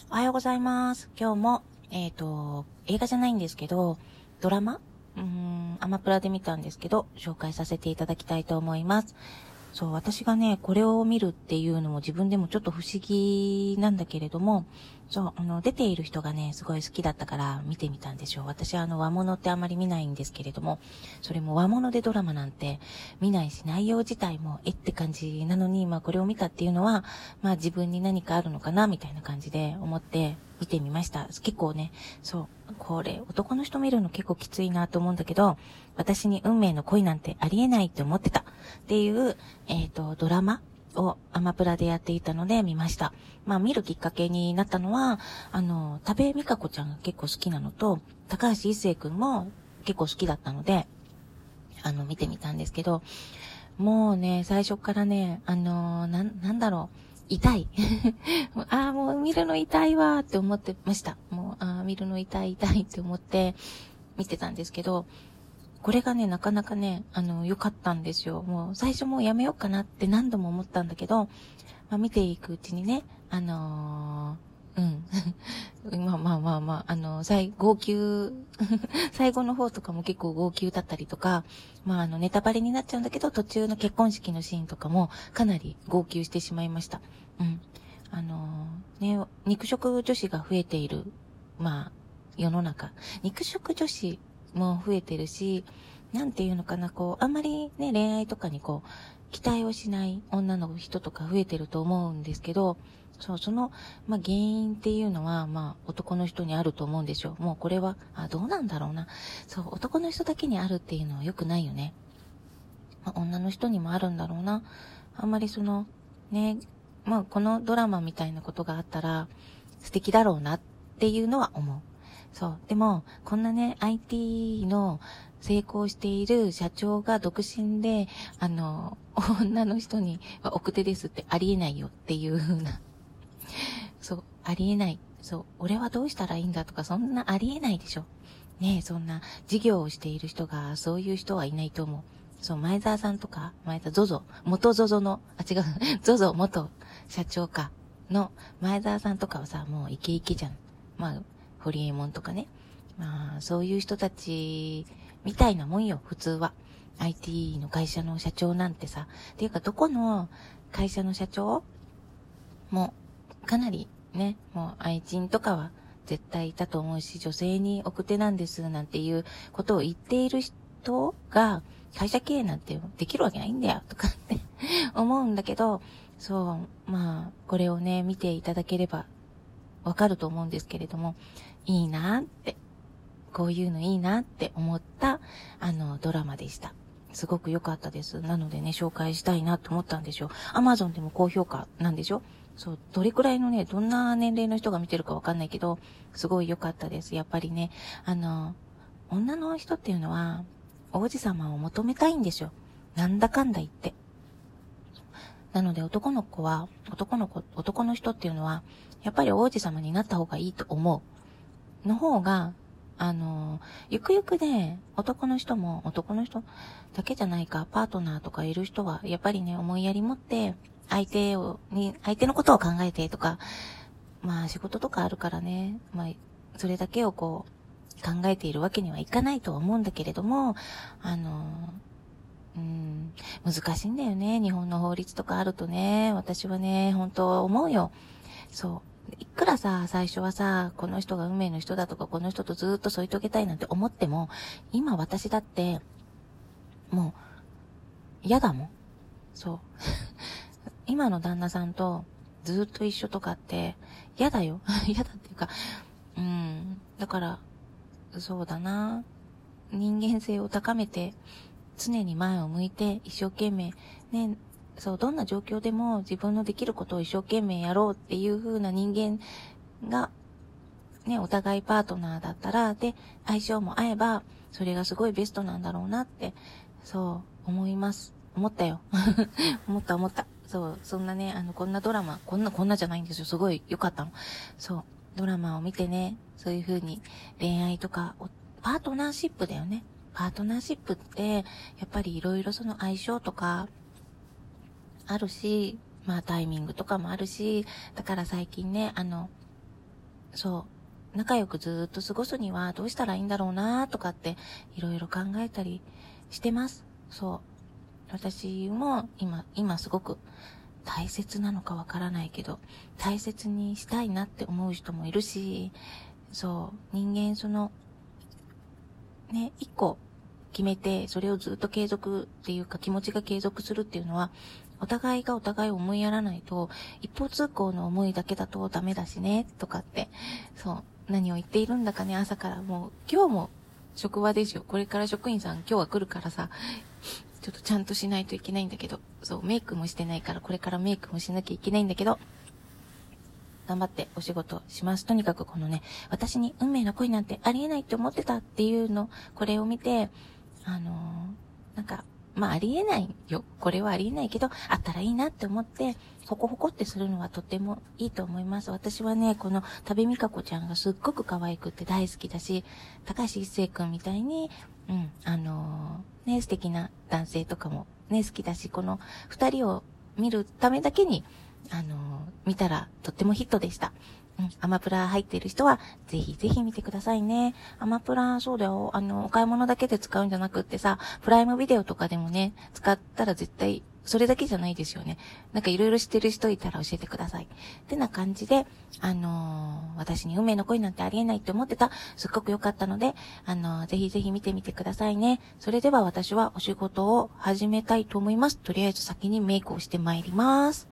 おはようございます。今日も、映画じゃないんですけど、ドラマアマプラで見たんですけど、紹介させていただきたいと思います。そう、私がね、これを見るっていうのも自分でもちょっと不思議なんだけれども、そう、出ている人がね、すごい好きだったから見てみたんでしょう。私は和物ってあまり見ないんですけれども、それも和物でドラマなんて見ないし、内容自体もって感じなのに、これを見たっていうのは、自分に何かあるのかな、みたいな感じで思って見てみました。結構ね、そう、これ、男の人見るの結構きついなと思うんだけど、私に運命の恋なんてありえないって思ってたっていう、ドラマをアマプラでやっていたので見ました。見るきっかけになったのは、多部未華子ちゃんが結構好きなのと、高橋一生くんも結構好きだったので、見てみたんですけど、もうね、最初からね、なんだろう、痛い。もう見るの痛いわーって思ってました。もう、見るの痛いって思って見てたんですけど、これがね、なかなかね、良かったんですよ。もう最初もうやめようかなって何度も思ったんだけど、見ていくうちにね、うん。号泣、最後の方とかも結構号泣だったりとか、ネタバレになっちゃうんだけど、途中の結婚式のシーンとかもかなり号泣してしまいました。うん。ね、肉食女子が増えている、世の中。肉食女子も増えてるし、なんていうのかな、あんまりね、恋愛とかに期待をしない女の人とか増えてると思うんですけど、そう、原因っていうのは、男の人にあると思うんですよ。もうこれは、どうなんだろうな。そう、男の人だけにあるっていうのは良くないよね。女の人にもあるんだろうな。あんまりね、このドラマみたいなことがあったら、素敵だろうなっていうのは思う。そう。でも、こんなね、IT の成功している社長が独身で、女の人に奥手ですってありえないよっていう風な。そう、ありえない。そう、俺はどうしたらいいんだとか、そんなありえないでしょ。ねえ、そんな事業をしている人が、そういう人はいないと思う。そう、前澤さんとか、元ゾゾの、違う、ゾゾ元社長か、の、前澤さんとかはさ、もうイケイケじゃん。ホリエモンとかね。そういう人たち、みたいなもんよ、普通は。IT の会社の社長なんてさ。っていうか、どこの会社の社長も、かなりね、もう愛人とかは絶対いたと思うし、女性に奥手なんですなんていうことを言っている人が会社経営なんてできるわけないんだよとかって思うんだけど、そう、これをね、見ていただければわかると思うんですけれども、いいなって、こういうのいいなって思った、ドラマでした。すごく良かったです。なのでね、紹介したいなと思ったんでしょ。Amazon でも高評価なんでしょ。そう、どれくらいのね、どんな年齢の人が見てるかわかんないけど、すごい良かったです。やっぱりね、女の人っていうのは、王子様を求めたいんですよ。なんだかんだ言って。なので男の人っていうのは、やっぱり王子様になった方がいいと思う。の方が、ゆくゆくね、男の人だけじゃないか、パートナーとかいる人は、やっぱりね、思いやり持って、相手のことを考えてとか、仕事とかあるからね、それだけを考えているわけにはいかないとは思うんだけれども、難しいんだよね。日本の法律とかあるとね、私はね、本当思うよ。そう。いくらさ、最初はさ、この人が運命の人だとか、この人とずっと添い遂げたいなんて思っても、今私だって、もう、嫌だもん。そう。今の旦那さんとずっと一緒とかって、嫌だよ。嫌だっていうか、だから、そうだな。人間性を高めて、常に前を向いて、一生懸命、ね、そう、どんな状況でも自分のできることを一生懸命やろうっていう風な人間が、ね、お互いパートナーだったら、で、相性も合えば、それがすごいベストなんだろうなって、そう、思います。思ったよ。思った。そう、そんなね、こんなドラマ、こんなじゃないんですよ。すごい良かったの。そう、ドラマを見てね、そういう風に恋愛とか、パートナーシップだよね。パートナーシップって、やっぱりいろいろその相性とか、あるし、タイミングとかもあるし、だから最近ね、 そう、仲良くずーっと過ごすにはどうしたらいいんだろうなとかっていろいろ考えたりしてます。そう。私も今すごく大切なのかわからないけど、大切にしたいなって思う人もいるし、そう、人間一個決めて、それをずっと継続っていうか気持ちが継続するっていうのは、お互いがお互いを思いやらないと、一方通行の思いだけだとダメだしね、とかって、そう、何を言っているんだかね、朝からもう、今日も職場ですよ。これから職員さん今日は来るからさ、ちょっとちゃんとしないといけないんだけど、そう、メイクもしてないから、これからメイクもしなきゃいけないんだけど、頑張ってお仕事します。とにかくこのね、私に運命の恋なんてありえないって思ってたっていうの、これを見て、ありえないよ。これはありえないけど、あったらいいなって思って、ほこほこってするのはとてもいいと思います。私はね、この多部未華子ちゃんがすっごく可愛くって大好きだし、高橋一生くんみたいに、素敵な男性とかもね、好きだし、この二人を見るためだけに、見たらとってもヒットでした。アマプラ入っている人は、ぜひぜひ見てくださいね。アマプラ、そうだよ。お買い物だけで使うんじゃなくってさ、プライムビデオとかでもね、使ったら絶対、それだけじゃないですよね。なんかいろいろ知ってる人いたら教えてください。ってな感じで、私に運命の恋なんてありえないって思ってた、すっごく良かったので、ぜひぜひ見てみてくださいね。それでは私はお仕事を始めたいと思います。とりあえず先にメイクをしてまいります。